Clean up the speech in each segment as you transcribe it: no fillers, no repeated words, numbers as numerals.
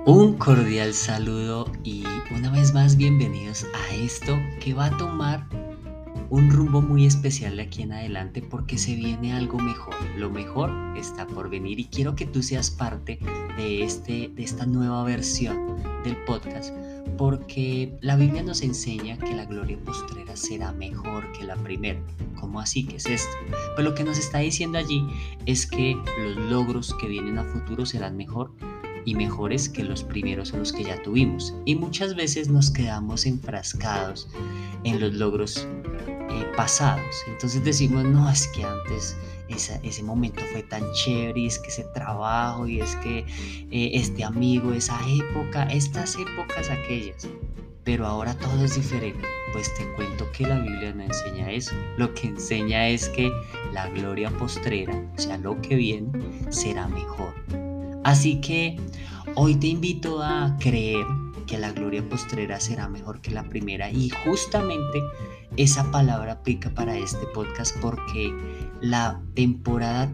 Un cordial saludo y una vez más bienvenidos a esto que va a tomar un rumbo muy especial de aquí en adelante porque se viene algo mejor. Lo mejor está por venir y quiero que tú seas parte de esta nueva versión del podcast porque la Biblia nos enseña que la gloria postrera será mejor que la primera. ¿Cómo así? ¿Qué es esto? Pues lo que nos está diciendo allí es que los logros que vienen a futuro serán mejor y mejores que los primeros o los que ya tuvimos. Y muchas veces nos quedamos enfrascados en los logros pasados. Entonces decimos, no, es que antes ese momento fue tan chévere, y es que ese trabajo, y es que este amigo, esa época, estas épocas aquellas. Pero ahora todo es diferente. Pues te cuento que la Biblia no enseña eso. Lo que enseña es que la gloria postrera, o sea, lo que viene, será mejor. Así que hoy te invito a creer que la gloria postrera será mejor que la primera y justamente esa palabra aplica para este podcast porque la temporada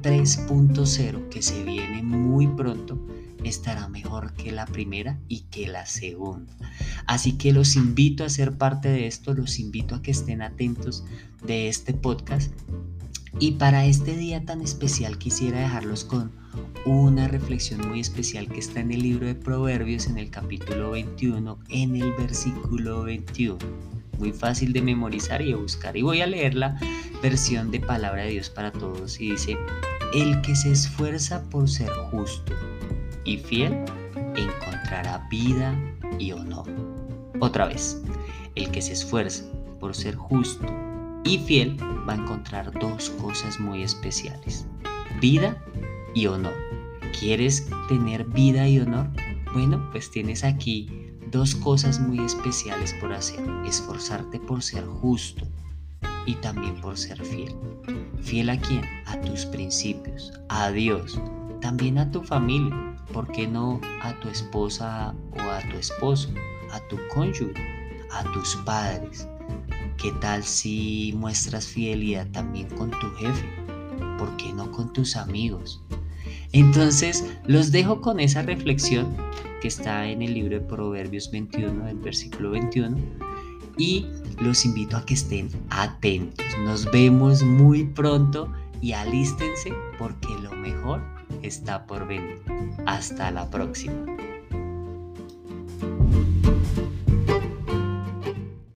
3.0 que se viene muy pronto estará mejor que la primera y que la segunda. Así que los invito a ser parte de esto, los invito a que estén atentos de este podcast y para este día tan especial quisiera dejarlos con una reflexión muy especial que está en el libro de Proverbios en el capítulo 21, en el versículo 21. Muy fácil de memorizar y de buscar. Y voy a leer la versión de Palabra de Dios para Todos y dice: el que se esfuerza por ser justo y fiel encontrará vida y honor. Otra vez, el que se esfuerza por ser justo y fiel va a encontrar dos cosas muy especiales: vida y honor. ¿Quieres tener vida y honor? Bueno, pues tienes aquí dos cosas muy especiales por hacer: esforzarte por ser justo y también por ser fiel. ¿Fiel a quién? A tus principios, a Dios, también a tu familia. ¿Por qué no a tu esposa o a tu esposo, a tu cónyuge, a tus padres? ¿Qué tal si muestras fidelidad también con tu jefe? ¿Por qué no con tus amigos? Entonces, los dejo con esa reflexión que está en el libro de Proverbios 21, del versículo 21, y los invito a que estén atentos. Nos vemos muy pronto y alístense porque lo mejor está por venir. Hasta la próxima.